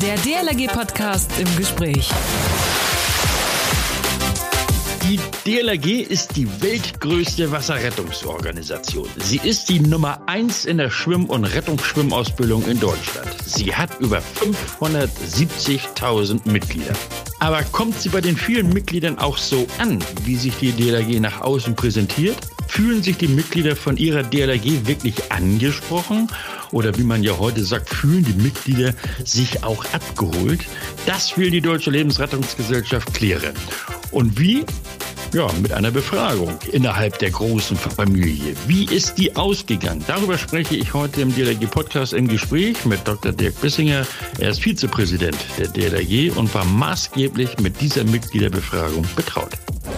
Der DLRG-Podcast im Gespräch. Die DLRG ist die weltgrößte Wasserrettungsorganisation. Sie ist die Nummer 1 in der Schwimm- und Rettungsschwimmausbildung in Deutschland. Sie hat über 570.000 Mitglieder. Aber kommt sie bei den vielen Mitgliedern auch so an, wie sich die DLRG nach außen präsentiert? Fühlen sich die Mitglieder von ihrer DLRG wirklich angesprochen? Oder wie man ja heute sagt, fühlen die Mitglieder sich auch abgeholt? Das will die Deutsche Lebensrettungsgesellschaft klären. Und wie? Ja, mit einer Befragung innerhalb der großen Familie. Wie ist die ausgegangen? Darüber spreche ich heute im DLRG-Podcast im Gespräch mit Dr. Dirk Bissinger. Er ist Vizepräsident der DLRG und war maßgeblich mit dieser Mitgliederbefragung betraut.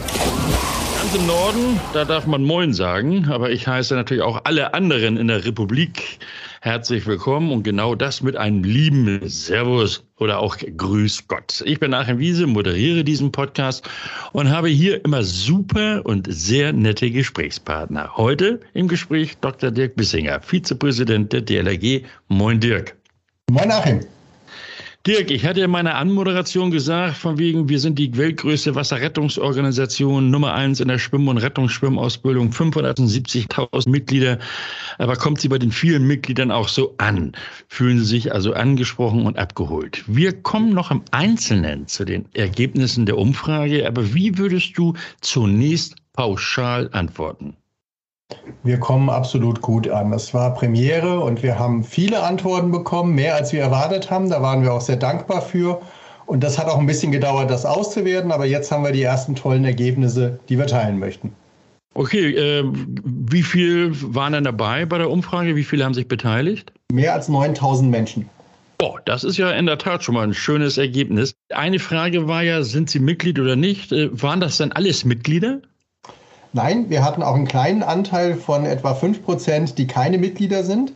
Ganz im Norden, da darf man Moin sagen, aber ich heiße natürlich auch alle anderen in der Republik herzlich willkommen und genau das mit einem lieben Servus oder auch Grüß Gott. Ich bin Achim Wiese, moderiere diesen Podcast und habe hier immer super und sehr nette Gesprächspartner. Heute im Gespräch Dr. Dirk Bissinger, Vizepräsident der DLRG. Moin Dirk. Moin Achim. Dirk, ich hatte in meiner Anmoderation gesagt, von wegen, wir sind die weltgrößte Wasserrettungsorganisation, Nummer 1 in der Schwimm- und Rettungsschwimmausbildung, 570.000 Mitglieder. Aber kommt sie bei den vielen Mitgliedern auch so an? Fühlen sie sich also angesprochen und abgeholt? Wir kommen noch im Einzelnen zu den Ergebnissen der Umfrage. Aber wie würdest du zunächst pauschal antworten? Wir kommen absolut gut an. Es war Premiere und wir haben viele Antworten bekommen, mehr als wir erwartet haben. Da waren wir auch sehr dankbar für. Und das hat auch ein bisschen gedauert, das auszuwerten. Aber jetzt haben wir die ersten tollen Ergebnisse, die wir teilen möchten. Okay, wie viel waren denn dabei bei der Umfrage? Wie viele haben sich beteiligt? Mehr als 9.000 Menschen. Oh, das ist ja in der Tat schon mal ein schönes Ergebnis. Eine Frage war ja, sind Sie Mitglied oder nicht? Waren das dann alles Mitglieder? Nein, wir hatten auch einen kleinen Anteil von etwa 5%, die keine Mitglieder sind.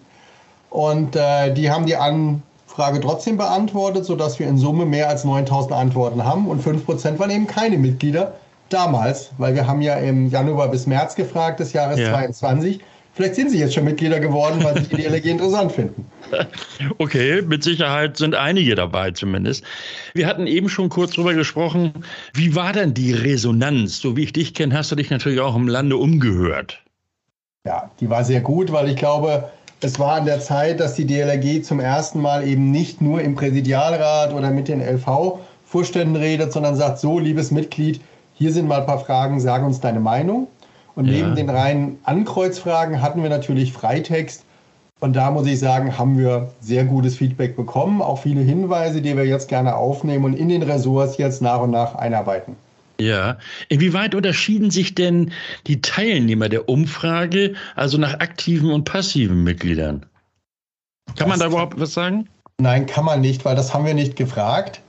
Und die haben die Anfrage trotzdem beantwortet, sodass wir in Summe mehr als 9.000 Antworten haben. Und 5% waren eben keine Mitglieder damals, weil wir haben ja im Januar bis März gefragt des Jahres 2022. Vielleicht sind sie jetzt schon Mitglieder geworden, weil sie die DLRG interessant finden. Okay, mit Sicherheit sind einige dabei zumindest. Wir hatten eben schon kurz drüber gesprochen. Wie war denn die Resonanz? So wie ich dich kenne, hast du dich natürlich auch im Lande umgehört. Ja, die war sehr gut, weil ich glaube, es war an der Zeit, dass die DLRG zum ersten Mal eben nicht nur im Präsidialrat oder mit den LV-Vorständen redet, sondern sagt, so, liebes Mitglied, hier sind mal ein paar Fragen, sag uns deine Meinung. Und neben den reinen Ankreuzfragen hatten wir natürlich Freitext. Und da muss ich sagen, haben wir sehr gutes Feedback bekommen. Auch viele Hinweise, die wir jetzt gerne aufnehmen und in den Ressorts jetzt nach und nach einarbeiten. Ja. Inwieweit unterschieden sich denn die Teilnehmer der Umfrage, also nach aktiven und passiven Mitgliedern? Kann man da überhaupt was sagen? Nein, kann man nicht, weil das haben wir nicht gefragt.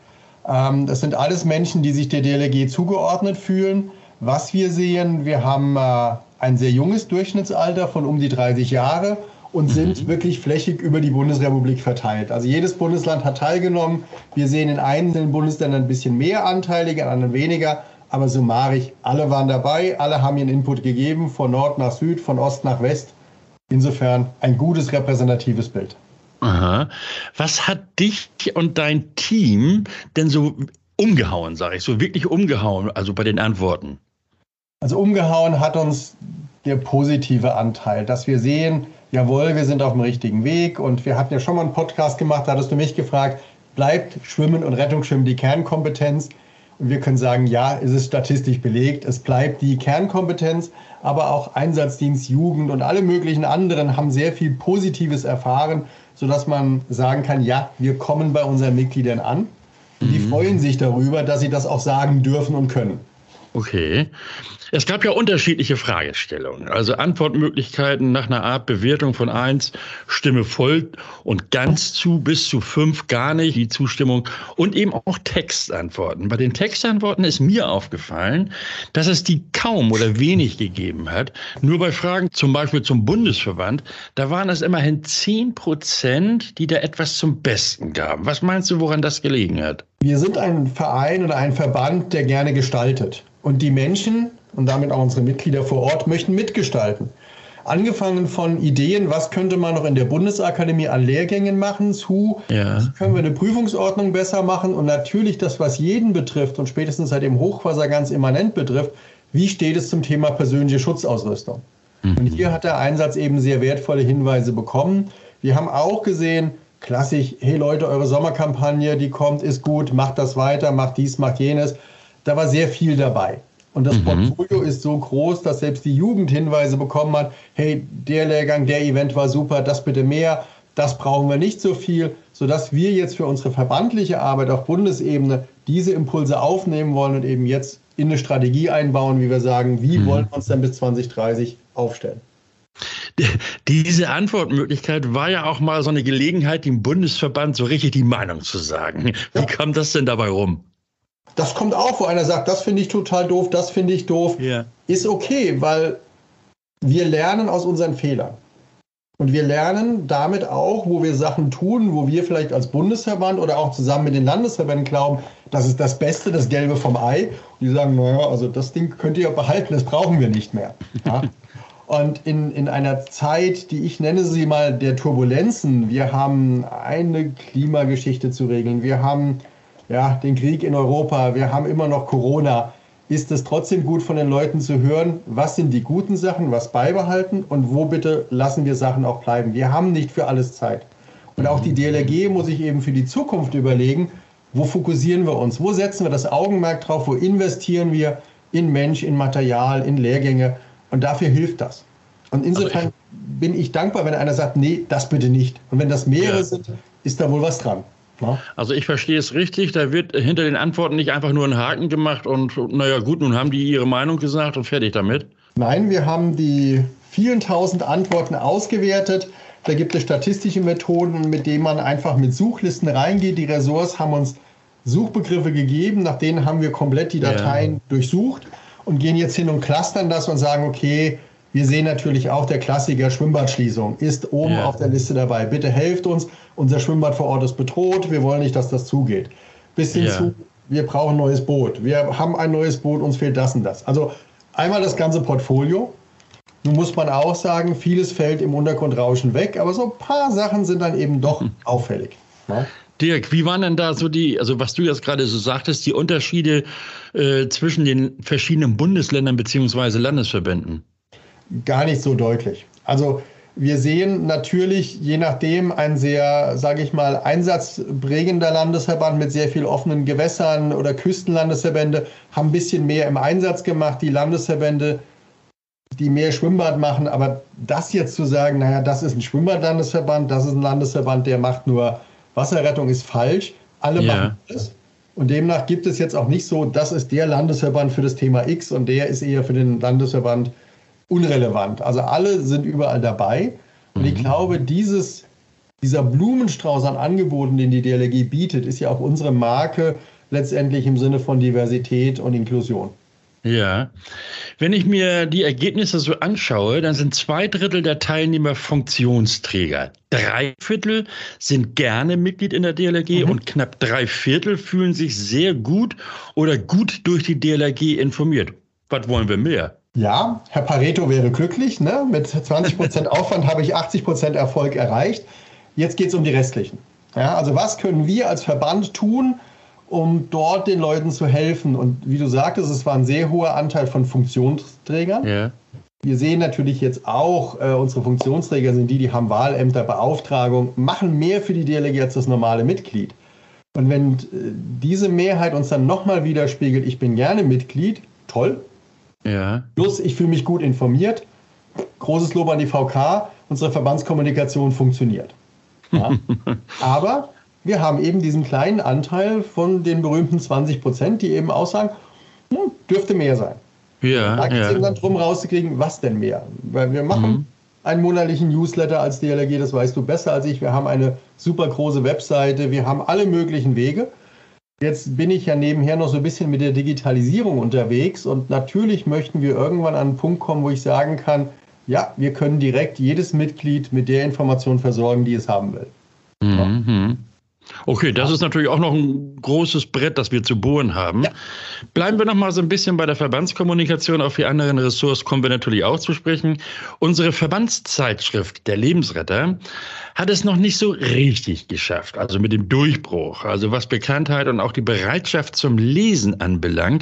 Das sind alles Menschen, die sich der DLRG zugeordnet fühlen. Was wir sehen, wir haben ein sehr junges Durchschnittsalter von um die 30 Jahre und sind wirklich flächig über die Bundesrepublik verteilt. Also jedes Bundesland hat teilgenommen. Wir sehen in einzelnen Bundesländern ein bisschen mehr Anteilige, in anderen weniger. Aber summarisch, alle waren dabei, alle haben ihren Input gegeben, von Nord nach Süd, von Ost nach West. Insofern ein gutes repräsentatives Bild. Aha. Was hat dich und dein Team denn so umgehauen, sage ich, so wirklich umgehauen, also bei den Antworten? Also umgehauen hat uns der positive Anteil, dass wir sehen, jawohl, wir sind auf dem richtigen Weg. Und wir hatten ja schon mal einen Podcast gemacht, da hattest du mich gefragt, bleibt Schwimmen und Rettungsschwimmen die Kernkompetenz? Und wir können sagen, ja, es ist statistisch belegt, es bleibt die Kernkompetenz, aber auch Einsatzdienst, Jugend und alle möglichen anderen haben sehr viel Positives erfahren, sodass man sagen kann, ja, wir kommen bei unseren Mitgliedern an. Und die freuen sich darüber, dass sie das auch sagen dürfen und können. Okay. Es gab ja unterschiedliche Fragestellungen, also Antwortmöglichkeiten nach einer Art Bewertung von 1, Stimme voll und ganz zu, bis zu 5 gar nicht, die Zustimmung und eben auch Textantworten. Bei den Textantworten ist mir aufgefallen, dass es die kaum oder wenig gegeben hat. Nur bei Fragen zum Beispiel zum Bundesverband, da waren es immerhin 10%, die da etwas zum Besten gaben. Was meinst du, woran das gelegen hat? Wir sind ein Verein oder ein Verband, der gerne gestaltet. Und die Menschen und damit auch unsere Mitglieder vor Ort möchten mitgestalten. Angefangen von Ideen, was könnte man noch in der Bundesakademie an Lehrgängen machen, zu wie können wir eine Prüfungsordnung besser machen und natürlich das, was jeden betrifft und spätestens seit dem Hochwasser ganz immanent betrifft, wie steht es zum Thema persönliche Schutzausrüstung? Und hier hat der Einsatz eben sehr wertvolle Hinweise bekommen. Wir haben auch gesehen, klassisch, hey Leute, eure Sommerkampagne, die kommt, ist gut, macht das weiter, macht dies, macht jenes. Da war sehr viel dabei. Und das Portfolio ist so groß, dass selbst die Jugend Hinweise bekommen hat, hey, der Lehrgang, der Event war super, das bitte mehr, das brauchen wir nicht so viel, sodass wir jetzt für unsere verbandliche Arbeit auf Bundesebene diese Impulse aufnehmen wollen und eben jetzt in eine Strategie einbauen, wie wir sagen, wie wollen wir uns denn bis 2030 aufstellen. Diese Antwortmöglichkeit war ja auch mal so eine Gelegenheit, dem Bundesverband so richtig die Meinung zu sagen. Wie kam das denn dabei rum? Das kommt auch, wo einer sagt, das finde ich total doof, das finde ich doof. Ja. Ist okay, weil wir lernen aus unseren Fehlern. Und wir lernen damit auch, wo wir Sachen tun, wo wir vielleicht als Bundesverband oder auch zusammen mit den Landesverbänden glauben, das ist das Beste, das Gelbe vom Ei. Und die sagen, naja, also das Ding könnt ihr behalten, das brauchen wir nicht mehr. Ja? Und in einer Zeit, die ich nenne sie mal der Turbulenzen, wir haben eine Klimageschichte zu regeln, wir haben den Krieg in Europa, wir haben immer noch Corona, ist es trotzdem gut von den Leuten zu hören, was sind die guten Sachen, was beibehalten und wo bitte lassen wir Sachen auch bleiben. Wir haben nicht für alles Zeit. Und auch die DLRG muss sich eben für die Zukunft überlegen, wo fokussieren wir uns, wo setzen wir das Augenmerk drauf, wo investieren wir in Mensch, in Material, in Lehrgänge und dafür hilft das. Und insofern bin ich dankbar, wenn einer sagt, nee, das bitte nicht. Und wenn das mehrere sind, ist da wohl was dran. Ja? Also ich verstehe es richtig, da wird hinter den Antworten nicht einfach nur ein Haken gemacht und naja gut, nun haben die ihre Meinung gesagt und fertig damit. Nein, wir haben die vielen tausend Antworten ausgewertet. Da gibt es statistische Methoden, mit denen man einfach mit Suchlisten reingeht. Die Ressorts haben uns Suchbegriffe gegeben, nach denen haben wir komplett die Dateien durchsucht und gehen jetzt hin und clustern das und sagen, okay, wir sehen natürlich auch, der Klassiker Schwimmbadschließung ist oben auf der Liste dabei. Bitte helft uns, unser Schwimmbad vor Ort ist bedroht, wir wollen nicht, dass das zugeht. Bis hin zu, wir brauchen ein neues Boot, wir haben ein neues Boot, uns fehlt das und das. Also einmal das ganze Portfolio. Nun muss man auch sagen, vieles fällt im Untergrundrauschen weg, aber so ein paar Sachen sind dann eben doch auffällig. Ja? Dirk, wie waren denn da so also was du jetzt gerade so sagtest, die Unterschiede zwischen den verschiedenen Bundesländern bzw. Landesverbänden? Gar nicht so deutlich. Also wir sehen natürlich, je nachdem, ein sehr, sage ich mal, einsatzprägender Landesverband mit sehr viel offenen Gewässern oder Küstenlandesverbände haben ein bisschen mehr im Einsatz gemacht. Die Landesverbände, die mehr Schwimmbad machen, aber das jetzt zu sagen, naja, das ist ein Schwimmbadlandesverband, das ist ein Landesverband, der macht nur Wasserrettung, ist falsch. Alle machen das. Und demnach gibt es jetzt auch nicht so, das ist der Landesverband für das Thema X und der ist eher für den Landesverband unrelevant. Also alle sind überall dabei. Und ich glaube, dieser Blumenstrauß an Angeboten, den die DLRG bietet, ist ja auch unsere Marke letztendlich im Sinne von Diversität und Inklusion. Ja, wenn ich mir die Ergebnisse so anschaue, dann sind 2/3 der Teilnehmer Funktionsträger. 3/4 sind gerne Mitglied in der DLRG und knapp 3/4 fühlen sich sehr gut oder gut durch die DLRG informiert. Was wollen wir mehr? Ja, Herr Pareto wäre glücklich. Ne? Mit 20% Aufwand habe ich 80% Erfolg erreicht. Jetzt geht es um die restlichen. Ja, also was können wir als Verband tun, um dort den Leuten zu helfen? Und wie du sagtest, es war ein sehr hoher Anteil von Funktionsträgern. Ja. Wir sehen natürlich jetzt auch, unsere Funktionsträger sind die haben Wahlämter, Beauftragung, machen mehr für die DLRG als das normale Mitglied. Und wenn diese Mehrheit uns dann nochmal widerspiegelt, ich bin gerne Mitglied, toll. Ja. Plus, ich fühle mich gut informiert. Großes Lob an die VK. Unsere Verbandskommunikation funktioniert. Ja. Aber wir haben eben diesen kleinen Anteil von den berühmten 20%, die eben auch sagen, dürfte mehr sein. Ja, da geht es eben dann darum, rauszukriegen, was denn mehr. Weil wir machen einen monatlichen Newsletter als DLRG, das weißt du besser als ich. Wir haben eine super große Webseite, wir haben alle möglichen Wege. Jetzt bin ich ja nebenher noch so ein bisschen mit der Digitalisierung unterwegs und natürlich möchten wir irgendwann an einen Punkt kommen, wo ich sagen kann, ja, wir können direkt jedes Mitglied mit der Information versorgen, die es haben will. Mhm. Okay, das ist natürlich auch noch ein großes Brett, das wir zu bohren haben. Ja. Bleiben wir noch mal so ein bisschen bei der Verbandskommunikation. Auf die anderen Ressorts kommen wir natürlich auch zu sprechen. Unsere Verbandszeitschrift, der Lebensretter, hat es noch nicht so richtig geschafft, also mit dem Durchbruch, also was Bekanntheit und auch die Bereitschaft zum Lesen anbelangt.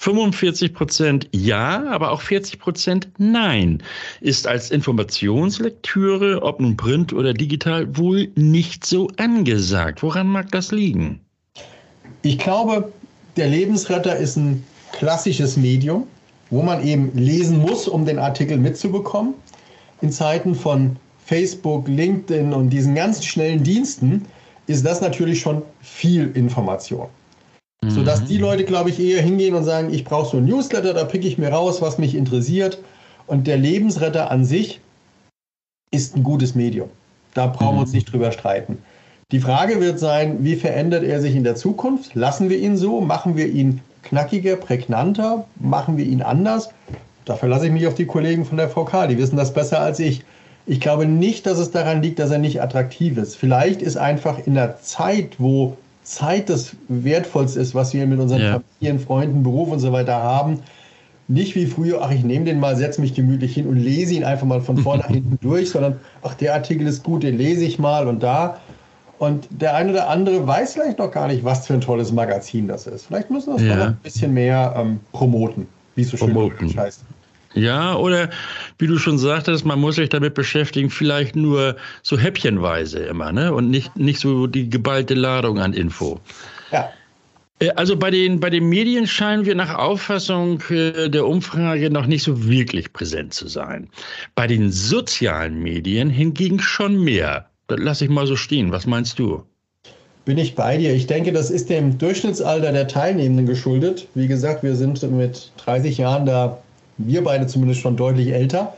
45% ja, aber auch 40% nein ist als Informationslektüre, ob nun Print oder digital, wohl nicht so angesagt. Woran mag das liegen? Ich glaube, der Lebensretter ist ein klassisches Medium, wo man eben lesen muss, um den Artikel mitzubekommen. In Zeiten von Facebook, LinkedIn und diesen ganzen schnellen Diensten ist das natürlich schon viel Information. Sodass die Leute, glaube ich, eher hingehen und sagen, ich brauche so ein Newsletter, da picke ich mir raus, was mich interessiert. Und der Lebensretter an sich ist ein gutes Medium. Da brauchen wir uns nicht drüber streiten. Die Frage wird sein, wie verändert er sich in der Zukunft? Lassen wir ihn so? Machen wir ihn knackiger, prägnanter? Machen wir ihn anders? Da verlasse ich mich auf die Kollegen von der VK, die wissen das besser als ich. Ich glaube nicht, dass es daran liegt, dass er nicht attraktiv ist. Vielleicht ist einfach in der Zeit, wo Zeit das Wertvollste ist, was wir mit unseren Familien, Freunden, Beruf und so weiter haben, nicht wie früher, ach, ich nehme den mal, setze mich gemütlich hin und lese ihn einfach mal von vorne nach hinten durch, sondern, ach, der Artikel ist gut, den lese ich mal und da. Und der eine oder andere weiß vielleicht noch gar nicht, was für ein tolles Magazin das ist. Vielleicht müssen wir es noch ein bisschen mehr promoten, wie es so schön heißt. Ja, oder wie du schon sagtest, man muss sich damit beschäftigen, vielleicht nur so häppchenweise immer, ne? Und nicht so die geballte Ladung an Info. Ja. Also bei den Medien scheinen wir nach Auffassung der Umfrage noch nicht so wirklich präsent zu sein. Bei den sozialen Medien hingegen schon mehr. Das lasse ich mal so stehen. Was meinst du? Bin ich bei dir. Ich denke, das ist dem Durchschnittsalter der Teilnehmenden geschuldet. Wie gesagt, wir sind mit 30 Jahren da, wir beide zumindest schon deutlich älter.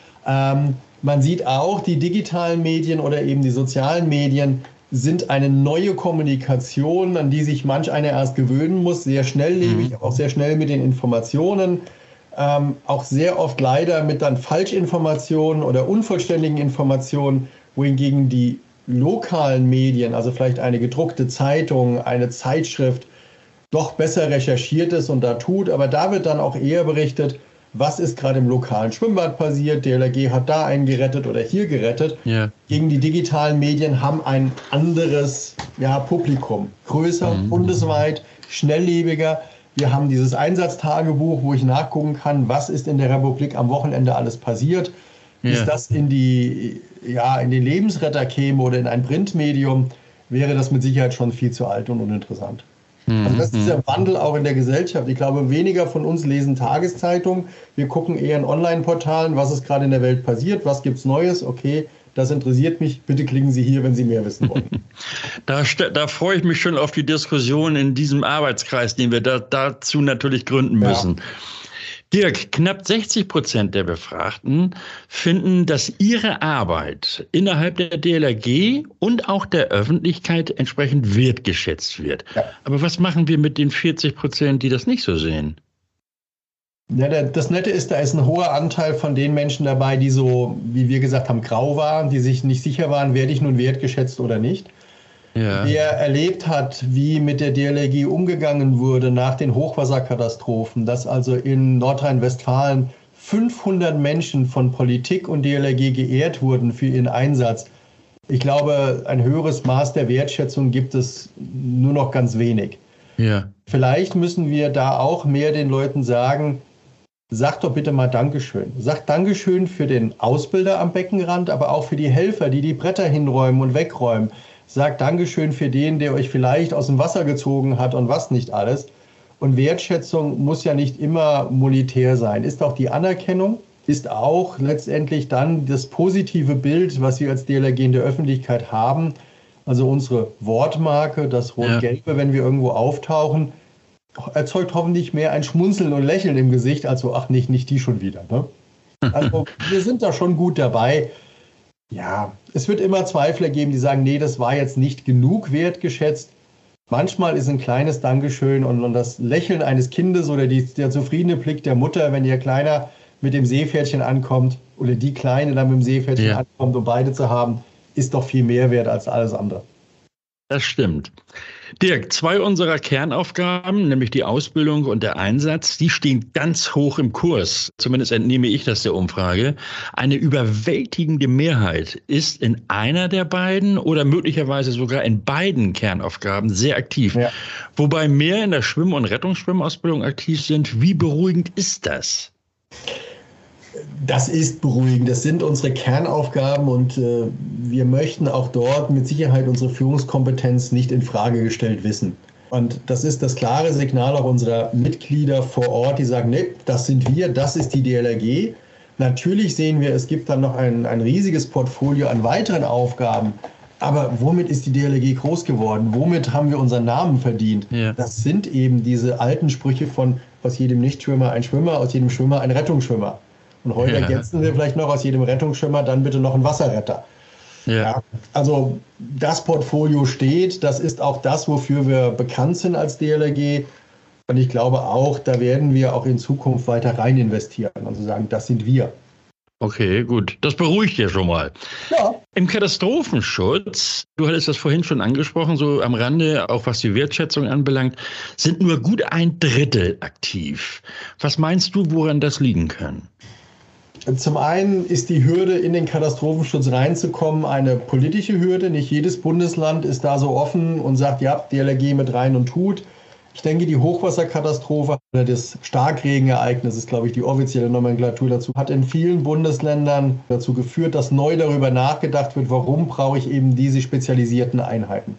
Man sieht auch, die digitalen Medien oder eben die sozialen Medien sind eine neue Kommunikation, an die sich manch einer erst gewöhnen muss. Sehr schnelllebig, aber auch sehr schnell mit den Informationen. Auch sehr oft leider mit dann Falschinformationen oder unvollständigen Informationen, wohingegen die lokalen Medien, also vielleicht eine gedruckte Zeitung, eine Zeitschrift, doch besser recherchiert ist und da tut. Aber da wird dann auch eher berichtet, was ist gerade im lokalen Schwimmbad passiert, der LRG hat da einen gerettet oder hier gerettet. Ja. Gegen die digitalen Medien haben ein anderes Publikum. Größer, bundesweit, schnelllebiger. Wir haben dieses Einsatztagebuch, wo ich nachgucken kann, was ist in der Republik am Wochenende alles passiert. Bis das in den Lebensretter käme oder in ein Printmedium, wäre das mit Sicherheit schon viel zu alt und uninteressant. Also das ist dieser Wandel auch in der Gesellschaft. Ich glaube, weniger von uns lesen Tageszeitungen. Wir gucken eher in Online-Portalen, was ist gerade in der Welt passiert, was gibt es Neues. Okay, das interessiert mich. Bitte klicken Sie hier, wenn Sie mehr wissen wollen. Da freue ich mich schon auf die Diskussion in diesem Arbeitskreis, den wir dazu natürlich gründen müssen. Dirk, knapp 60% der Befragten finden, dass ihre Arbeit innerhalb der DLRG und auch der Öffentlichkeit entsprechend wertgeschätzt wird. Ja. Aber was machen wir mit den 40%, die das nicht so sehen? Ja, das Nette ist, da ist ein hoher Anteil von den Menschen dabei, die so, wie wir gesagt haben, grau waren, die sich nicht sicher waren, werde ich nun wertgeschätzt oder nicht. Ja. Wer erlebt hat, wie mit der DLRG umgegangen wurde nach den Hochwasserkatastrophen, dass also in Nordrhein-Westfalen 500 Menschen von Politik und DLRG geehrt wurden für ihren Einsatz. Ich glaube, ein höheres Maß der Wertschätzung gibt es nur noch ganz wenig. Ja. Vielleicht müssen wir da auch mehr den Leuten sagen, sagt doch bitte mal Dankeschön. Sagt Dankeschön für den Ausbilder am Beckenrand, aber auch für die Helfer, die die Bretter hinräumen und wegräumen. Sagt Dankeschön für den, der euch vielleicht aus dem Wasser gezogen hat und was nicht alles. Und Wertschätzung muss ja nicht immer monetär sein. Ist auch die Anerkennung, ist auch letztendlich dann das positive Bild, was wir als DLRG in der Öffentlichkeit haben. Also unsere Wortmarke, das Rot-Gelbe, wenn wir irgendwo auftauchen, erzeugt hoffentlich mehr ein Schmunzeln und Lächeln im Gesicht, als so, ach nicht die schon wieder. Ne? Also wir sind da schon gut dabei. Ja, es wird immer Zweifler geben, die sagen, nee, das war jetzt nicht genug wertgeschätzt. Manchmal ist ein kleines Dankeschön und das Lächeln eines Kindes oder der zufriedene Blick der Mutter, wenn ihr Kleiner mit dem Seepferdchen ankommt oder die Kleine dann mit dem Seepferdchen ankommt, um beide zu haben, ist doch viel mehr wert als alles andere. Das stimmt. Dirk, 2 unserer Kernaufgaben, nämlich die Ausbildung und der Einsatz, die stehen ganz hoch im Kurs. Zumindest entnehme ich das der Umfrage. Eine überwältigende Mehrheit ist in einer der beiden oder möglicherweise sogar in beiden Kernaufgaben sehr aktiv. Ja. Wobei mehr in der Schwimm- und Rettungsschwimmausbildung aktiv sind. Wie beruhigend ist das? Das ist beruhigend. Das sind unsere Kernaufgaben und wir möchten auch dort mit Sicherheit unsere Führungskompetenz nicht in Frage gestellt wissen. Und das ist das klare Signal auch unserer Mitglieder vor Ort, die sagen, nee, das sind wir, das ist die DLRG. Natürlich sehen wir, es gibt dann noch ein riesiges Portfolio an weiteren Aufgaben. Aber womit ist die DLRG groß geworden? Womit haben wir unseren Namen verdient? Ja. Das sind eben diese alten Sprüche von aus jedem Nichtschwimmer ein Schwimmer, aus jedem Schwimmer ein Rettungsschwimmer. Und heute ergänzen wir vielleicht noch aus jedem Rettungsschwimmer dann bitte noch einen Wasserretter. Ja. Also das Portfolio steht, das ist auch das, wofür wir bekannt sind als DLRG. Und ich glaube auch, da werden wir auch in Zukunft weiter rein investieren. Also sagen, das sind wir. Okay, gut. Das beruhigt ja schon mal. Ja. Im Katastrophenschutz, du hattest das vorhin schon angesprochen, so am Rande, auch was die Wertschätzung anbelangt, sind nur gut 1/3 aktiv. Was meinst du, woran das liegen kann? Zum einen ist die Hürde, in den Katastrophenschutz reinzukommen, eine politische Hürde. Nicht jedes Bundesland ist da so offen und sagt, ja, DLRG mit rein und tut. Ich denke, die Hochwasserkatastrophe oder das Starkregenereignis ist, glaube ich, die offizielle Nomenklatur dazu, hat in vielen Bundesländern dazu geführt, dass neu darüber nachgedacht wird, warum brauche ich eben diese spezialisierten Einheiten.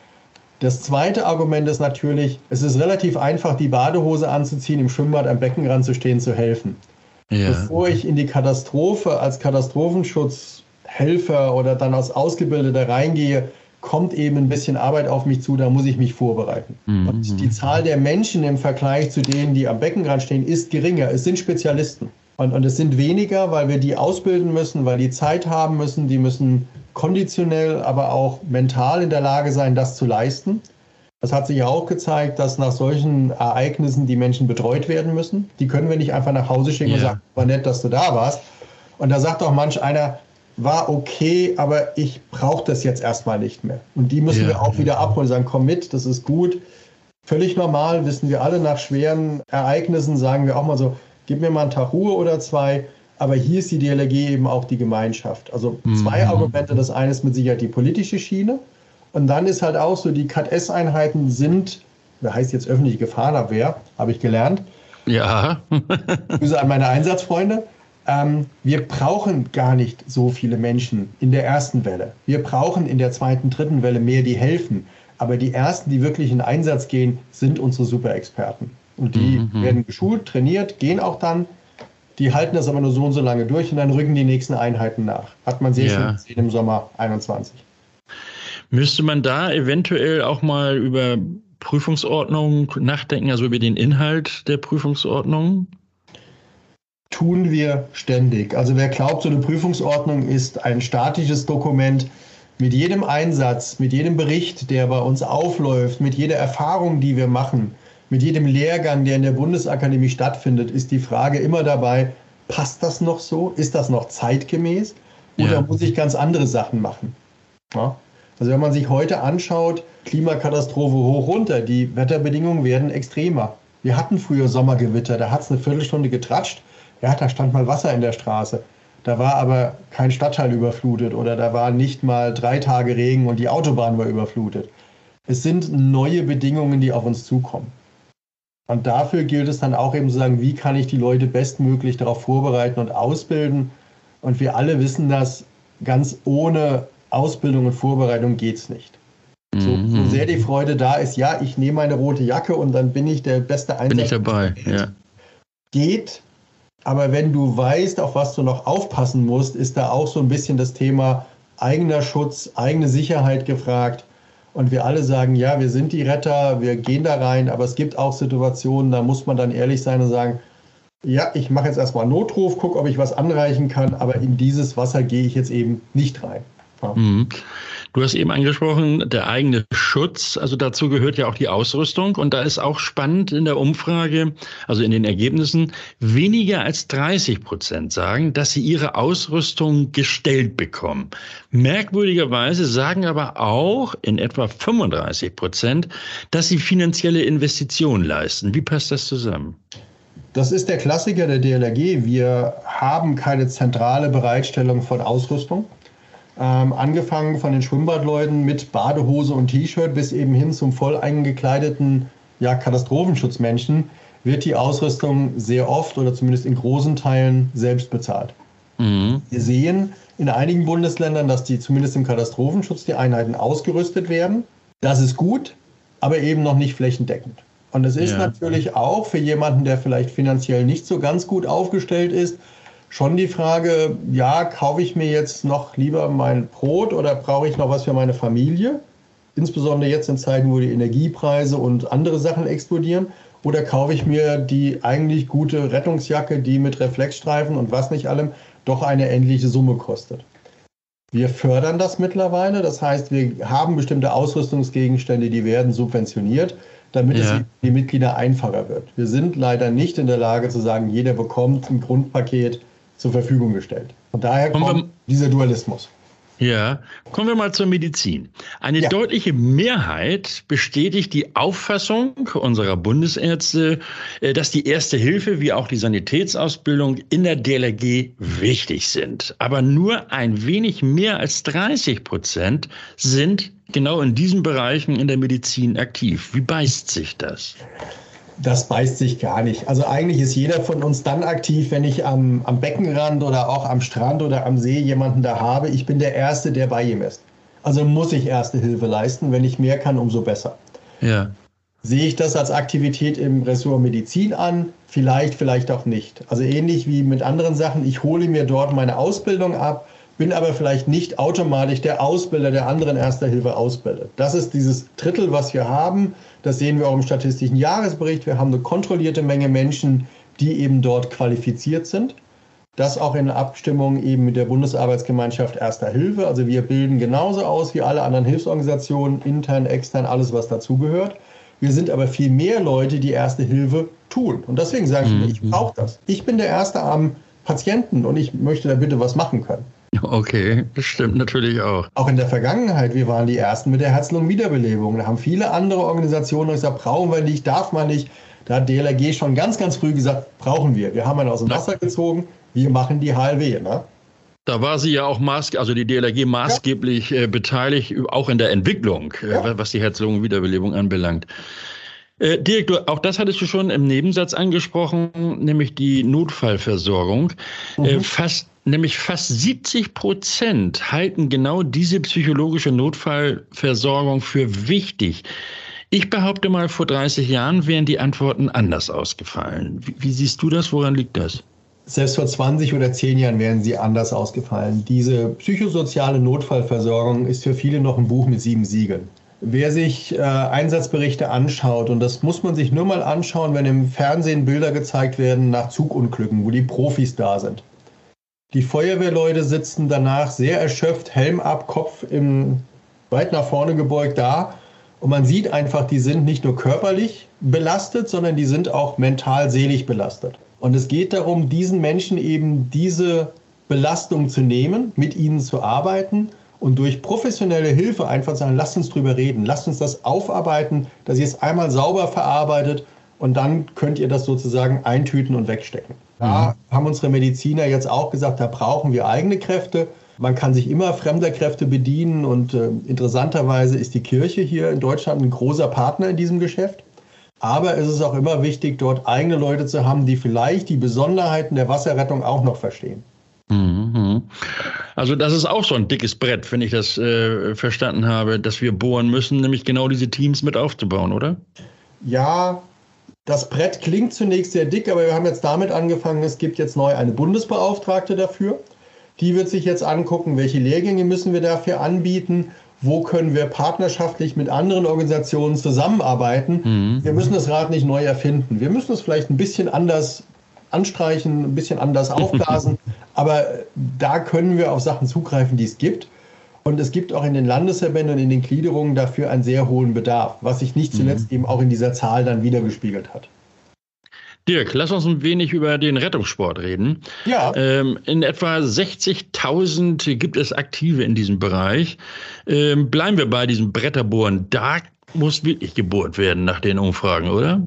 Das zweite Argument ist natürlich, es ist relativ einfach, die Badehose anzuziehen, im Schwimmbad am Beckenrand zu stehen, zu helfen. Ja. Bevor ich in die Katastrophe als Katastrophenschutzhelfer oder dann als Ausgebildeter reingehe, kommt eben ein bisschen Arbeit auf mich zu, da muss ich mich vorbereiten. Mhm. Und die Zahl der Menschen im Vergleich zu denen, die am Beckenrand stehen, ist geringer. Es sind Spezialisten. Und es sind weniger, weil wir die ausbilden müssen, weil die Zeit haben müssen. Die müssen konditionell, aber auch mental in der Lage sein, das zu leisten. Das hat sich ja auch gezeigt, dass nach solchen Ereignissen die Menschen betreut werden müssen. Die können wir nicht einfach nach Hause schicken und sagen, war nett, dass du da warst. Und da sagt auch manch einer, war okay, aber ich brauche das jetzt erstmal nicht mehr. Und die müssen wir auch wieder abholen, sagen, komm mit, das ist gut. Völlig normal, wissen wir alle, nach schweren Ereignissen sagen wir auch mal so, gib mir mal einen Tag Ruhe oder 2. Aber hier ist die DLRG eben auch die Gemeinschaft. Also 2 Argumente. Das eine ist mit Sicherheit die politische Schiene. Und dann ist halt auch so, die KS-Einheiten sind, das heißt jetzt öffentliche Gefahrenabwehr, habe ich gelernt. Ja. Grüße an meine Einsatzfreunde. Wir brauchen gar nicht so viele Menschen in der ersten Welle. Wir brauchen in der zweiten, dritten Welle mehr, die helfen. Aber die ersten, die wirklich in Einsatz gehen, sind unsere Superexperten. Und die werden geschult, trainiert, gehen auch dann. Die halten das aber nur so und so lange durch und dann rücken die nächsten Einheiten nach. Hat man sehr schön gesehen im Sommer 21. Müsste man da eventuell auch mal über Prüfungsordnung nachdenken, also über den Inhalt der Prüfungsordnung? Tun wir ständig. Also wer glaubt, so eine Prüfungsordnung ist ein statisches Dokument, mit jedem Einsatz, mit jedem Bericht, der bei uns aufläuft, mit jeder Erfahrung, die wir machen, mit jedem Lehrgang, der in der Bundesakademie stattfindet, ist die Frage immer dabei, passt das noch so? Ist das noch zeitgemäß? Oder muss ich ganz andere Sachen machen? Ja? Also wenn man sich heute anschaut, Klimakatastrophe hoch runter, die Wetterbedingungen werden extremer. Wir hatten früher Sommergewitter, da hat es eine Viertelstunde getratscht, ja, da stand mal Wasser in der Straße. Da war aber kein Stadtteil überflutet oder da war nicht mal 3 Tage Regen und die Autobahn war überflutet. Es sind neue Bedingungen, die auf uns zukommen. Und dafür gilt es dann auch eben zu sagen, wie kann ich die Leute bestmöglich darauf vorbereiten und ausbilden. Und wir alle wissen, dass ganz ohne Ausbildung und Vorbereitung geht es nicht. So sehr die Freude da ist, ja, ich nehme meine rote Jacke und dann bin ich der beste Einsatz. Bin ich dabei, ja. Geht, aber wenn du weißt, auf was du noch aufpassen musst, ist da auch so ein bisschen das Thema eigener Schutz, eigene Sicherheit gefragt. Und wir alle sagen, ja, wir sind die Retter, wir gehen da rein, aber es gibt auch Situationen, da muss man dann ehrlich sein und sagen, ja, ich mache jetzt erstmal einen Notruf, gucke, ob ich was anreichen kann, aber in dieses Wasser gehe ich jetzt eben nicht rein. Ja. Du hast eben angesprochen, der eigene Schutz, also dazu gehört ja auch die Ausrüstung. Und da ist auch spannend in der Umfrage, also in den Ergebnissen, weniger als 30% sagen, dass sie ihre Ausrüstung gestellt bekommen. Merkwürdigerweise sagen aber auch in etwa 35%, dass sie finanzielle Investitionen leisten. Wie passt das zusammen? Das ist der Klassiker der DLRG. Wir haben keine zentrale Bereitstellung von Ausrüstung. Angefangen von den Schwimmbadleuten mit Badehose und T-Shirt bis eben hin zum voll eingekleideten Katastrophenschutzmenschen wird die Ausrüstung sehr oft oder zumindest in großen Teilen selbst bezahlt. Mhm. Wir sehen in einigen Bundesländern, dass die zumindest im Katastrophenschutz die Einheiten ausgerüstet werden. Das ist gut, aber eben noch nicht flächendeckend. Und es ist natürlich auch für jemanden, der vielleicht finanziell nicht so ganz gut aufgestellt ist, schon die Frage, kaufe ich mir jetzt noch lieber mein Brot oder brauche ich noch was für meine Familie? Insbesondere jetzt in Zeiten, wo die Energiepreise und andere Sachen explodieren. Oder kaufe ich mir die eigentlich gute Rettungsjacke, die mit Reflexstreifen und was nicht allem doch eine ähnliche Summe kostet. Wir fördern das mittlerweile. Das heißt, wir haben bestimmte Ausrüstungsgegenstände, die werden subventioniert, damit es für die Mitglieder einfacher wird. Wir sind leider nicht in der Lage zu sagen, jeder bekommt ein Grundpaket zur Verfügung gestellt. Und daher kommt dieser Dualismus. Ja, kommen wir mal zur Medizin. Eine deutliche Mehrheit bestätigt die Auffassung unserer Bundesärzte, dass die Erste Hilfe wie auch die Sanitätsausbildung in der DLRG wichtig sind. Aber nur ein wenig mehr als 30% sind genau in diesen Bereichen in der Medizin aktiv. Wie beißt sich das? Das beißt sich gar nicht. Also eigentlich ist jeder von uns dann aktiv, wenn ich am Beckenrand oder auch am Strand oder am See jemanden da habe. Ich bin der Erste, der bei ihm ist. Also muss ich Erste Hilfe leisten. Wenn ich mehr kann, umso besser. Ja. Sehe ich das als Aktivität im Ressort Medizin an? Vielleicht auch nicht. Also ähnlich wie mit anderen Sachen. Ich hole mir dort meine Ausbildung ab, bin aber vielleicht nicht automatisch der Ausbilder, der anderen Erster Hilfe ausbildet. Das ist dieses Drittel, was wir haben. Das sehen wir auch im statistischen Jahresbericht. Wir haben eine kontrollierte Menge Menschen, die eben dort qualifiziert sind. Das auch in Abstimmung eben mit der Bundesarbeitsgemeinschaft Erster Hilfe. Also wir bilden genauso aus wie alle anderen Hilfsorganisationen, intern, extern, alles was dazugehört. Wir sind aber viel mehr Leute, die Erste Hilfe tun. Und deswegen sage ich mir, ich brauche das. Ich bin der Erste am Patienten und ich möchte da bitte was machen können. Okay, das stimmt natürlich auch. Auch in der Vergangenheit, wir waren die Ersten mit der Herz-Lungen-Wiederbelebung. Da haben viele andere Organisationen gesagt, brauchen wir nicht, darf man nicht. Da hat DLRG schon ganz früh gesagt, brauchen wir. Wir haben einen aus dem Wasser gezogen, wir machen die HLW. Ne? Da war sie ja auch die DLRG maßgeblich beteiligt, auch in der Entwicklung, was die Herz-Lungen-Wiederbelebung anbelangt. Dirk, auch das hattest du schon im Nebensatz angesprochen, nämlich die Notfallversorgung. Fast 70% halten genau diese psychologische Notfallversorgung für wichtig. Ich behaupte mal, vor 30 Jahren wären die Antworten anders ausgefallen. Wie siehst du das? Woran liegt das? Selbst vor 20 oder 10 Jahren wären sie anders ausgefallen. Diese psychosoziale Notfallversorgung ist für viele noch ein Buch mit 7 Siegeln. Wer sich Einsatzberichte anschaut, und das muss man sich nur mal anschauen, wenn im Fernsehen Bilder gezeigt werden nach Zugunglücken, wo die Profis da sind. Die Feuerwehrleute sitzen danach sehr erschöpft, Helm ab, Kopf weit nach vorne gebeugt da. Und man sieht einfach, die sind nicht nur körperlich belastet, sondern die sind auch mental, seelisch belastet. Und es geht darum, diesen Menschen eben diese Belastung zu nehmen, mit ihnen zu arbeiten und durch professionelle Hilfe einfach sagen, lasst uns drüber reden, lasst uns das aufarbeiten, dass ihr es einmal sauber verarbeitet und dann könnt ihr das sozusagen eintüten und wegstecken. Da haben unsere Mediziner jetzt auch gesagt, da brauchen wir eigene Kräfte. Man kann sich immer fremder Kräfte bedienen und interessanterweise ist die Kirche hier in Deutschland ein großer Partner in diesem Geschäft. Aber es ist auch immer wichtig, dort eigene Leute zu haben, die vielleicht die Besonderheiten der Wasserrettung auch noch verstehen. Also das ist auch so ein dickes Brett, wenn ich das verstanden habe, dass wir bohren müssen, nämlich genau diese Teams mit aufzubauen, oder? Ja, das Brett klingt zunächst sehr dick, aber wir haben jetzt damit angefangen, es gibt jetzt neu eine Bundesbeauftragte dafür. Die wird sich jetzt angucken, welche Lehrgänge müssen wir dafür anbieten, wo können wir partnerschaftlich mit anderen Organisationen zusammenarbeiten. Wir müssen das Rad nicht neu erfinden. Wir müssen es vielleicht ein bisschen anders anstreichen, ein bisschen anders aufblasen, aber da können wir auf Sachen zugreifen, die es gibt. Und es gibt auch in den Landesverbänden und in den Gliederungen dafür einen sehr hohen Bedarf, was sich nicht zuletzt eben auch in dieser Zahl dann wiedergespiegelt hat. Dirk, lass uns ein wenig über den Rettungssport reden. Ja. In etwa 60.000 gibt es Aktive in diesem Bereich. Bleiben wir bei diesem Bretterbohren. Da muss wirklich gebohrt werden nach den Umfragen, oder?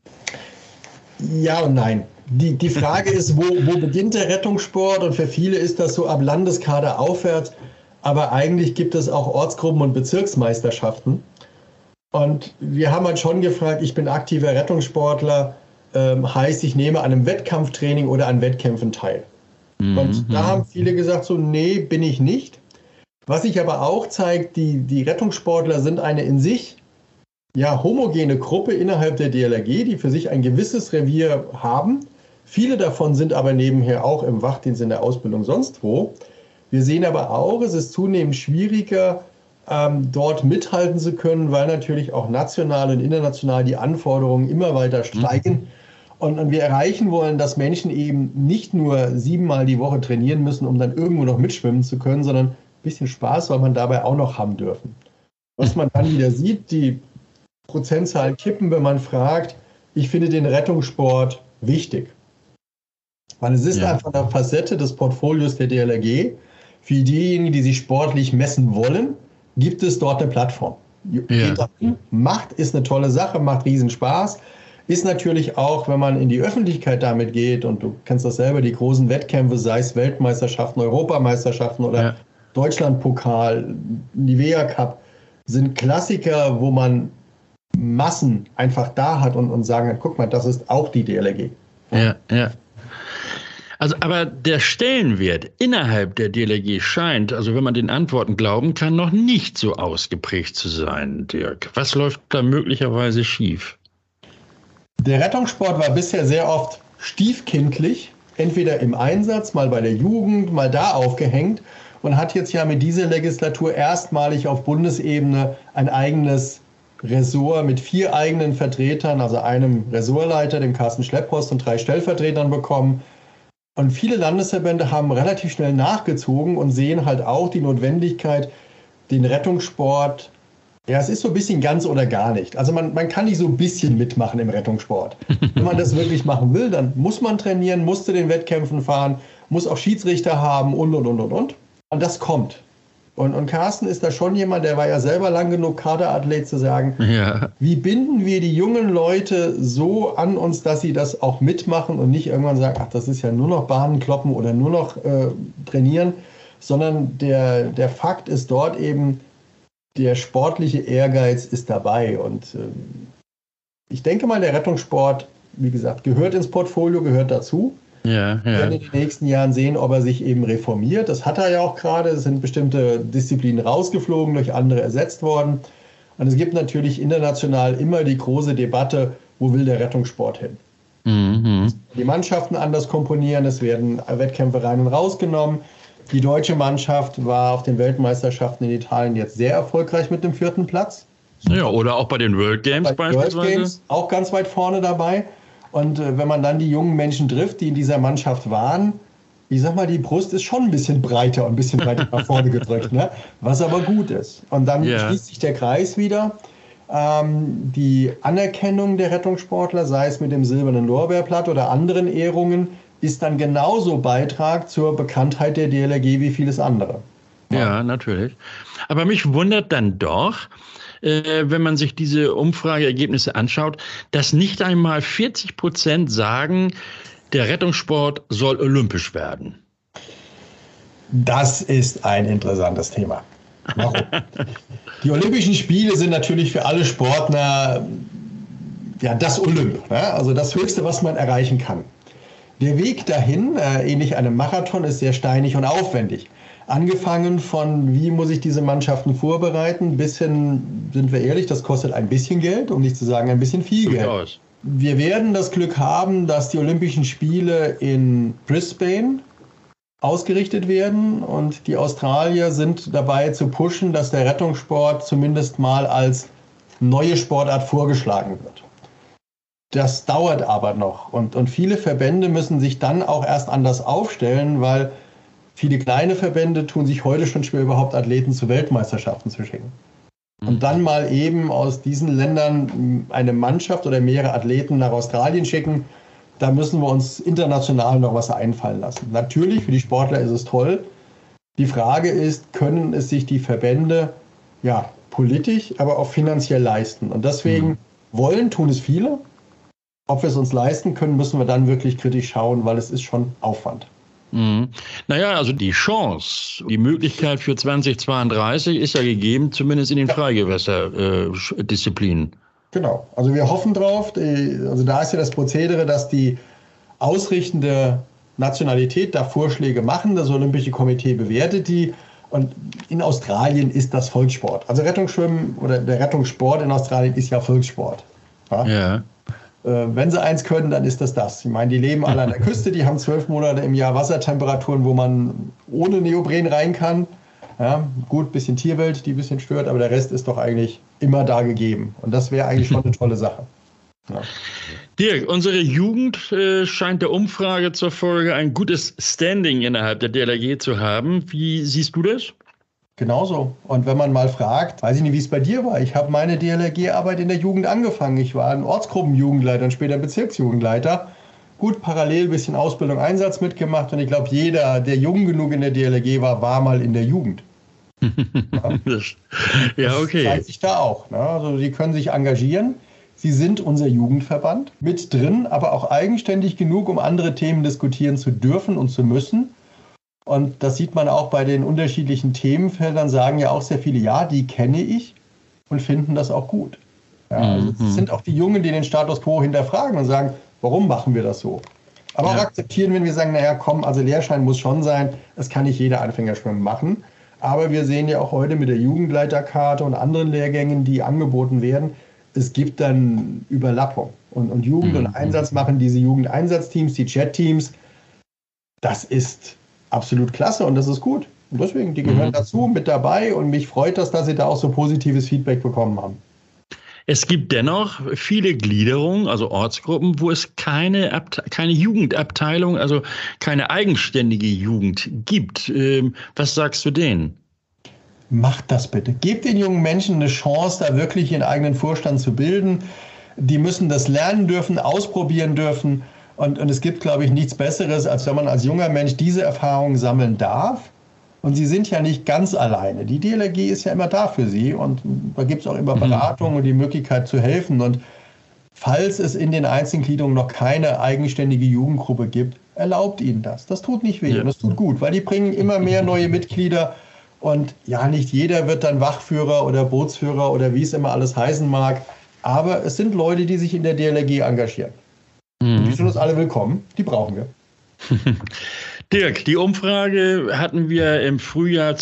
Ja und nein. Die Frage ist, wo beginnt der Rettungssport? Und für viele ist das so ab Landeskader aufwärts. Aber eigentlich gibt es auch Ortsgruppen und Bezirksmeisterschaften. Und wir haben halt schon gefragt, ich bin aktiver Rettungssportler, heißt, ich nehme an einem Wettkampftraining oder an Wettkämpfen teil. Und da haben viele gesagt, so, nee, bin ich nicht. Was sich aber auch zeigt, die Rettungssportler sind eine in sich homogene Gruppe innerhalb der DLRG, die für sich ein gewisses Revier haben. Viele davon sind aber nebenher auch im Wachdienst, in der Ausbildung, sonst wo. Wir sehen aber auch, es ist zunehmend schwieriger, dort mithalten zu können, weil natürlich auch national und international die Anforderungen immer weiter steigen. Und wir erreichen wollen, dass Menschen eben nicht nur 7-mal die Woche trainieren müssen, um dann irgendwo noch mitschwimmen zu können, sondern ein bisschen Spaß soll man dabei auch noch haben dürfen. Was man dann wieder sieht, die Prozentzahlen kippen, wenn man fragt, ich finde den Rettungssport wichtig. Weil es ist einfach eine Facette des Portfolios der DLRG. Für diejenigen, die sich sportlich messen wollen, gibt es dort eine Plattform. Geht dahin, ist eine tolle Sache, macht riesen Spaß. Ist natürlich auch, wenn man in die Öffentlichkeit damit geht, und du kennst das selber, die großen Wettkämpfe, sei es Weltmeisterschaften, Europameisterschaften oder Deutschlandpokal, Nivea Cup, sind Klassiker, wo man Massen einfach da hat und sagen, guck mal, das ist auch die DLRG. Ja. Also, aber der Stellenwert innerhalb der DLRG scheint, also wenn man den Antworten glauben kann, noch nicht so ausgeprägt zu sein, Dirk. Was läuft da möglicherweise schief? Der Rettungssport war bisher sehr oft stiefkindlich, entweder im Einsatz, mal bei der Jugend, mal da aufgehängt und hat jetzt ja mit dieser Legislatur erstmalig auf Bundesebene ein eigenes Ressort mit 4 eigenen Vertretern, also einem Ressortleiter, dem Carsten Schlepphorst, und 3 Stellvertretern bekommen. Und viele Landesverbände haben relativ schnell nachgezogen und sehen halt auch die Notwendigkeit, den Rettungssport, es ist so ein bisschen ganz oder gar nicht. Also man kann nicht so ein bisschen mitmachen im Rettungssport. Wenn man das wirklich machen will, dann muss man trainieren, muss zu den Wettkämpfen fahren, muss auch Schiedsrichter haben und. Und das kommt. Und Carsten ist da schon jemand, der war ja selber lang genug Kaderathlet, zu sagen, wie binden wir die jungen Leute so an uns, dass sie das auch mitmachen und nicht irgendwann sagen, ach, das ist ja nur noch Bahnen kloppen oder nur noch trainieren, sondern der Fakt ist dort eben, der sportliche Ehrgeiz ist dabei. Und ich denke mal, der Rettungssport, wie gesagt, gehört ins Portfolio, gehört dazu. Wir werden in den nächsten Jahren sehen, ob er sich eben reformiert. Das hat er ja auch gerade. Es sind bestimmte Disziplinen rausgeflogen, durch andere ersetzt worden. Und es gibt natürlich international immer die große Debatte, wo will der Rettungssport hin? Die Mannschaften anders komponieren, es werden Wettkämpfe rein und rausgenommen. Die deutsche Mannschaft war auf den Weltmeisterschaften in Italien jetzt sehr erfolgreich mit dem 4. Platz. Ja, oder auch bei den World Games beispielsweise. World Games auch ganz weit vorne dabei. Und wenn man dann die jungen Menschen trifft, die in dieser Mannschaft waren, ich sag mal, die Brust ist schon ein bisschen breiter und ein bisschen weiter nach vorne gedrückt, ne? Was aber gut ist. Und dann schließt sich der Kreis wieder. Die Anerkennung der Rettungssportler, sei es mit dem silbernen Lorbeerblatt oder anderen Ehrungen, ist dann genauso Beitrag zur Bekanntheit der DLRG wie vieles andere. Ja, natürlich. Aber mich wundert dann doch, wenn man sich diese Umfrageergebnisse anschaut, dass nicht einmal 40% sagen, der Rettungssport soll olympisch werden. Das ist ein interessantes Thema. Warum? Die Olympischen Spiele sind natürlich für alle Sportler das Olymp, ne? Also das Höchste, was man erreichen kann. Der Weg dahin, ähnlich einem Marathon, ist sehr steinig und aufwendig. Angefangen von, wie muss ich diese Mannschaften vorbereiten, bis hin, sind wir ehrlich, das kostet ein bisschen Geld, um nicht zu sagen ein bisschen viel Geld. Wir werden das Glück haben, dass die Olympischen Spiele in Brisbane ausgerichtet werden und die Australier sind dabei zu pushen, dass der Rettungssport zumindest mal als neue Sportart vorgeschlagen wird. Das dauert aber noch und viele Verbände müssen sich dann auch erst anders aufstellen, weil Viele kleine Verbände tun sich heute schon schwer, überhaupt Athleten zu Weltmeisterschaften zu schicken. Und dann mal eben aus diesen Ländern eine Mannschaft oder mehrere Athleten nach Australien schicken, da müssen wir uns international noch was einfallen lassen. Natürlich, für die Sportler ist es toll. Die Frage ist, können es sich die Verbände politisch, aber auch finanziell leisten? Und deswegen tun es viele. Ob wir es uns leisten können, müssen wir dann wirklich kritisch schauen, weil es ist schon Aufwand. Naja, also die Chance, die Möglichkeit für 2032 ist ja gegeben, zumindest in den Freigewässerdisziplinen. Genau, also wir hoffen drauf. Also da ist ja das Prozedere, dass die ausrichtende Nationalität da Vorschläge machen. Das Olympische Komitee bewertet die. Und in Australien ist das Volkssport. Also Rettungsschwimmen oder der Rettungssport in Australien ist ja Volkssport. Ja. Wenn sie eins können, dann ist das. Ich meine, die leben alle an der Küste, die haben 12 Monate im Jahr Wassertemperaturen, wo man ohne Neopren rein kann. Ja, gut, bisschen Tierwelt, die ein bisschen stört, aber der Rest ist doch eigentlich immer da gegeben. Und das wäre eigentlich schon eine tolle Sache. Ja. Dirk, unsere Jugend scheint der Umfrage zur Folge ein gutes Standing innerhalb der DLRG zu haben. Wie siehst du das? Genauso. Und wenn man mal fragt, weiß ich nicht, wie es bei dir war. Ich habe meine DLRG-Arbeit in der Jugend angefangen. Ich war ein Ortsgruppenjugendleiter und später Bezirksjugendleiter. Gut, parallel ein bisschen Ausbildung, Einsatz mitgemacht. Und ich glaube, jeder, der jung genug in der DLRG war mal in der Jugend. Ja, okay. Das zeigt sich da auch. Ne? Also die können sich engagieren. Sie sind unser Jugendverband mit drin, aber auch eigenständig genug, um andere Themen diskutieren zu dürfen und zu müssen. Und das sieht man auch bei den unterschiedlichen Themenfeldern, sagen ja auch sehr viele, ja, die kenne ich und finden das auch gut. Ja, also es sind auch die Jungen, die den Status quo hinterfragen und sagen, warum machen wir das so? Aber auch akzeptieren, wenn wir sagen, naja, komm, also Lehrschein muss schon sein, das kann nicht jeder Anfängerschwimmen machen. Aber wir sehen ja auch heute mit der Jugendleiterkarte und anderen Lehrgängen, die angeboten werden, es gibt dann Überlappung. Und Jugend und Einsatz machen diese Jugendeinsatzteams, die Chat-Teams, das ist absolut klasse und das ist gut. Und deswegen, die gehören dazu, mit dabei und mich freut das, dass sie da auch so positives Feedback bekommen haben. Es gibt dennoch viele Gliederungen, also Ortsgruppen, wo es keine Jugendabteilung, also keine eigenständige Jugend gibt. Was sagst du denen? Macht das bitte. Gebt den jungen Menschen eine Chance, da wirklich ihren eigenen Vorstand zu bilden. Die müssen das lernen dürfen, ausprobieren dürfen. Und es gibt, glaube ich, nichts Besseres, als wenn man als junger Mensch diese Erfahrungen sammeln darf. Und sie sind ja nicht ganz alleine. Die DLRG ist ja immer da für sie. Und da gibt es auch immer Beratung und die Möglichkeit zu helfen. Und falls es in den Einzelgliederungen noch keine eigenständige Jugendgruppe gibt, erlaubt ihnen das. Das tut nicht weh und das tut gut, weil die bringen immer mehr neue Mitglieder. Und ja, nicht jeder wird dann Wachführer oder Bootsführer oder wie es immer alles heißen mag. Aber es sind Leute, die sich in der DLRG engagieren. Und die sind uns alle willkommen. Die brauchen wir. Dirk, die Umfrage hatten wir im Frühjahr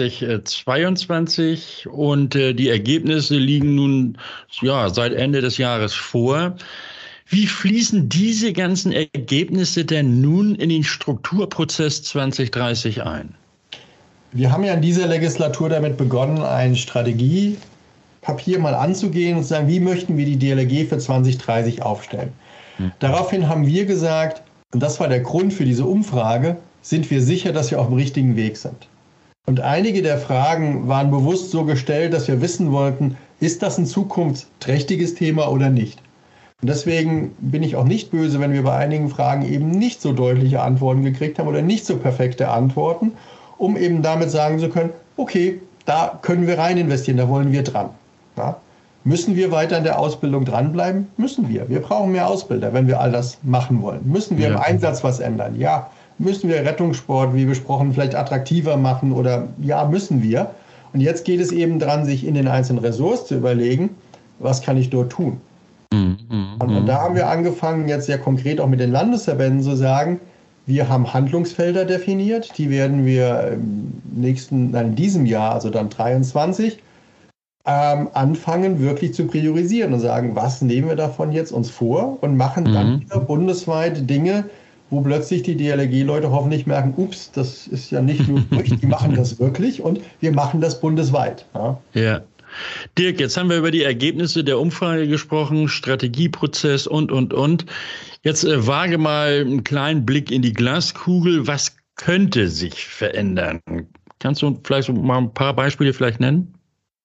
2022 und die Ergebnisse liegen nun seit Ende des Jahres vor. Wie fließen diese ganzen Ergebnisse denn nun in den Strukturprozess 2030 ein? Wir haben ja in dieser Legislatur damit begonnen, ein Strategiepapier mal anzugehen und zu sagen, wie möchten wir die DLRG für 2030 aufstellen. Daraufhin haben wir gesagt, und das war der Grund für diese Umfrage, sind wir sicher, dass wir auf dem richtigen Weg sind. Und einige der Fragen waren bewusst so gestellt, dass wir wissen wollten, ist das ein zukunftsträchtiges Thema oder nicht? Und deswegen bin ich auch nicht böse, wenn wir bei einigen Fragen eben nicht so deutliche Antworten gekriegt haben oder nicht so perfekte Antworten, um eben damit sagen zu können, okay, da können wir rein investieren, da wollen wir dran. Ja? Müssen wir weiter in der Ausbildung dranbleiben? Müssen wir. Wir brauchen mehr Ausbilder, wenn wir all das machen wollen. Müssen wir im Einsatz was ändern? Ja. Müssen wir Rettungssport, wie besprochen, vielleicht attraktiver machen? Oder ja, müssen wir. Und jetzt geht es eben dran, sich in den einzelnen Ressorts zu überlegen, was kann ich dort tun? Und da haben wir angefangen, jetzt sehr konkret auch mit den Landesverbänden zu sagen, wir haben Handlungsfelder definiert, die werden wir in diesem Jahr, also dann 23, anfangen wirklich zu priorisieren und sagen, was nehmen wir davon jetzt uns vor und machen dann wieder bundesweit Dinge, wo plötzlich die DLRG-Leute hoffentlich merken, ups, das ist ja nicht nur Gerücht, die machen das wirklich und wir machen das bundesweit. Ja. Dirk, jetzt haben wir über die Ergebnisse der Umfrage gesprochen, Strategieprozess und. Jetzt wage mal einen kleinen Blick in die Glaskugel. Was könnte sich verändern? Kannst du vielleicht mal ein paar Beispiele vielleicht nennen?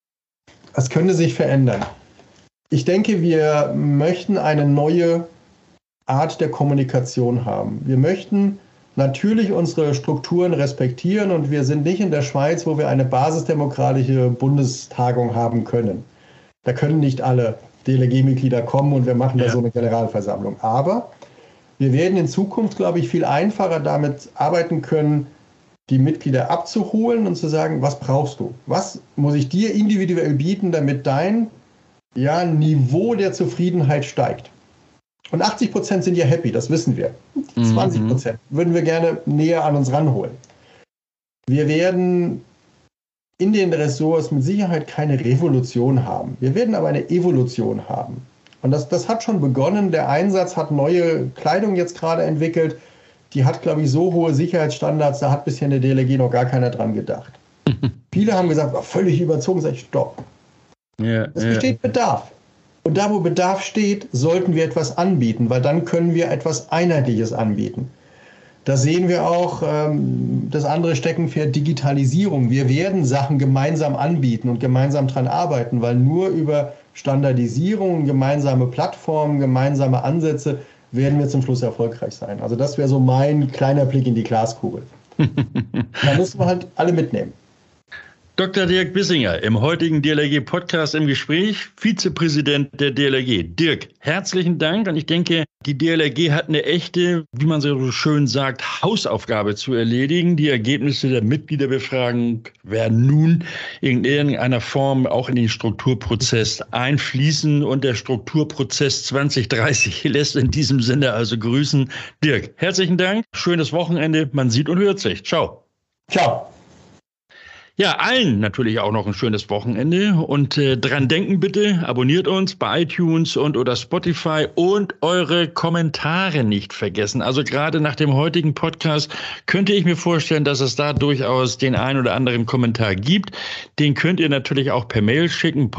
Es könnte sich verändern. Ich denke, wir möchten eine neue Art der Kommunikation haben. Wir möchten natürlich unsere Strukturen respektieren und wir sind nicht in der Schweiz, wo wir eine basisdemokratische Bundestagung haben können. Da können nicht alle DLRG-Mitglieder kommen und wir machen da so eine Generalversammlung. Aber wir werden in Zukunft, glaube ich, viel einfacher damit arbeiten können, die Mitglieder abzuholen und zu sagen, was brauchst du? Was muss ich dir individuell bieten, damit dein Niveau der Zufriedenheit steigt? Und 80% sind ja happy, das wissen wir. 20% würden wir gerne näher an uns ranholen. Wir werden in den Ressorts mit Sicherheit keine Revolution haben. Wir werden aber eine Evolution haben. Und das hat schon begonnen. Der Einsatz hat neue Kleidung jetzt gerade entwickelt. Die hat, glaube ich, so hohe Sicherheitsstandards, da hat bisher in der DLRG noch gar keiner dran gedacht. Viele haben gesagt, völlig überzogen. Sag ich, stopp. Es besteht Bedarf. Und da, wo Bedarf steht, sollten wir etwas anbieten, weil dann können wir etwas Einheitliches anbieten. Da sehen wir auch das andere Steckenpferd Digitalisierung. Wir werden Sachen gemeinsam anbieten und gemeinsam dran arbeiten, weil nur über Standardisierung, gemeinsame Plattformen, gemeinsame Ansätze werden wir zum Schluss erfolgreich sein. Also das wäre so mein kleiner Blick in die Glaskugel. Da müssen wir halt alle mitnehmen. Dr. Dirk Bissinger im heutigen DLRG-Podcast im Gespräch, Vizepräsident der DLRG. Dirk, herzlichen Dank. Und ich denke, die DLRG hat eine echte, wie man so schön sagt, Hausaufgabe zu erledigen. Die Ergebnisse der Mitgliederbefragung werden nun in irgendeiner Form auch in den Strukturprozess einfließen. Und der Strukturprozess 2030 lässt in diesem Sinne also grüßen. Dirk, herzlichen Dank. Schönes Wochenende. Man sieht und hört sich. Ciao. Ciao. Ja, allen natürlich auch noch ein schönes Wochenende und dran denken bitte, abonniert uns bei iTunes und oder Spotify und eure Kommentare nicht vergessen. Also gerade nach dem heutigen Podcast könnte ich mir vorstellen, dass es da durchaus den einen oder anderen Kommentar gibt. Den könnt ihr natürlich auch per Mail schicken,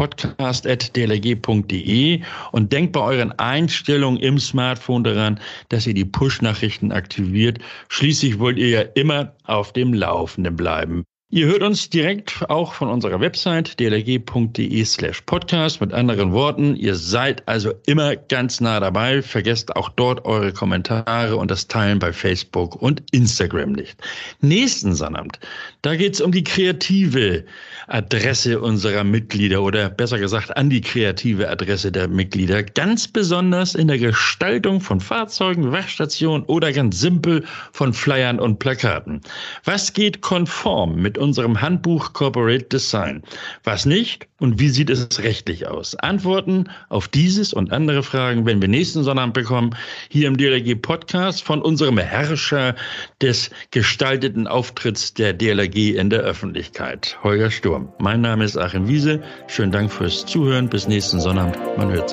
podcast@dlrg.de, und denkt bei euren Einstellungen im Smartphone daran, dass ihr die Push-Nachrichten aktiviert. Schließlich wollt ihr ja immer auf dem Laufenden bleiben. Ihr hört uns direkt auch von unserer Website dlrg.de/podcast. Mit anderen Worten, ihr seid also immer ganz nah dabei. Vergesst auch dort eure Kommentare und das Teilen bei Facebook und Instagram nicht. Nächsten Sonnabend, da geht es um die kreative Adresse unserer Mitglieder oder besser gesagt an die kreative Adresse der Mitglieder. Ganz besonders in der Gestaltung von Fahrzeugen, Werkstationen oder ganz simpel von Flyern und Plakaten. Was geht konform mit unserem Handbuch Corporate Design? Was nicht? Und wie sieht es rechtlich aus? Antworten auf dieses und andere Fragen werden wir nächsten Sonnabend bekommen, hier im DLRG-Podcast von unserem Herrscher des gestalteten Auftritts der DLRG in der Öffentlichkeit, Holger Sturm. Mein Name ist Achim Wiese. Schönen Dank fürs Zuhören. Bis nächsten Sonnabend. Man hört sich.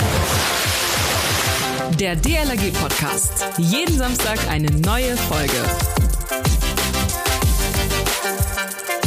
Der DLRG-Podcast. Jeden Samstag eine neue Folge.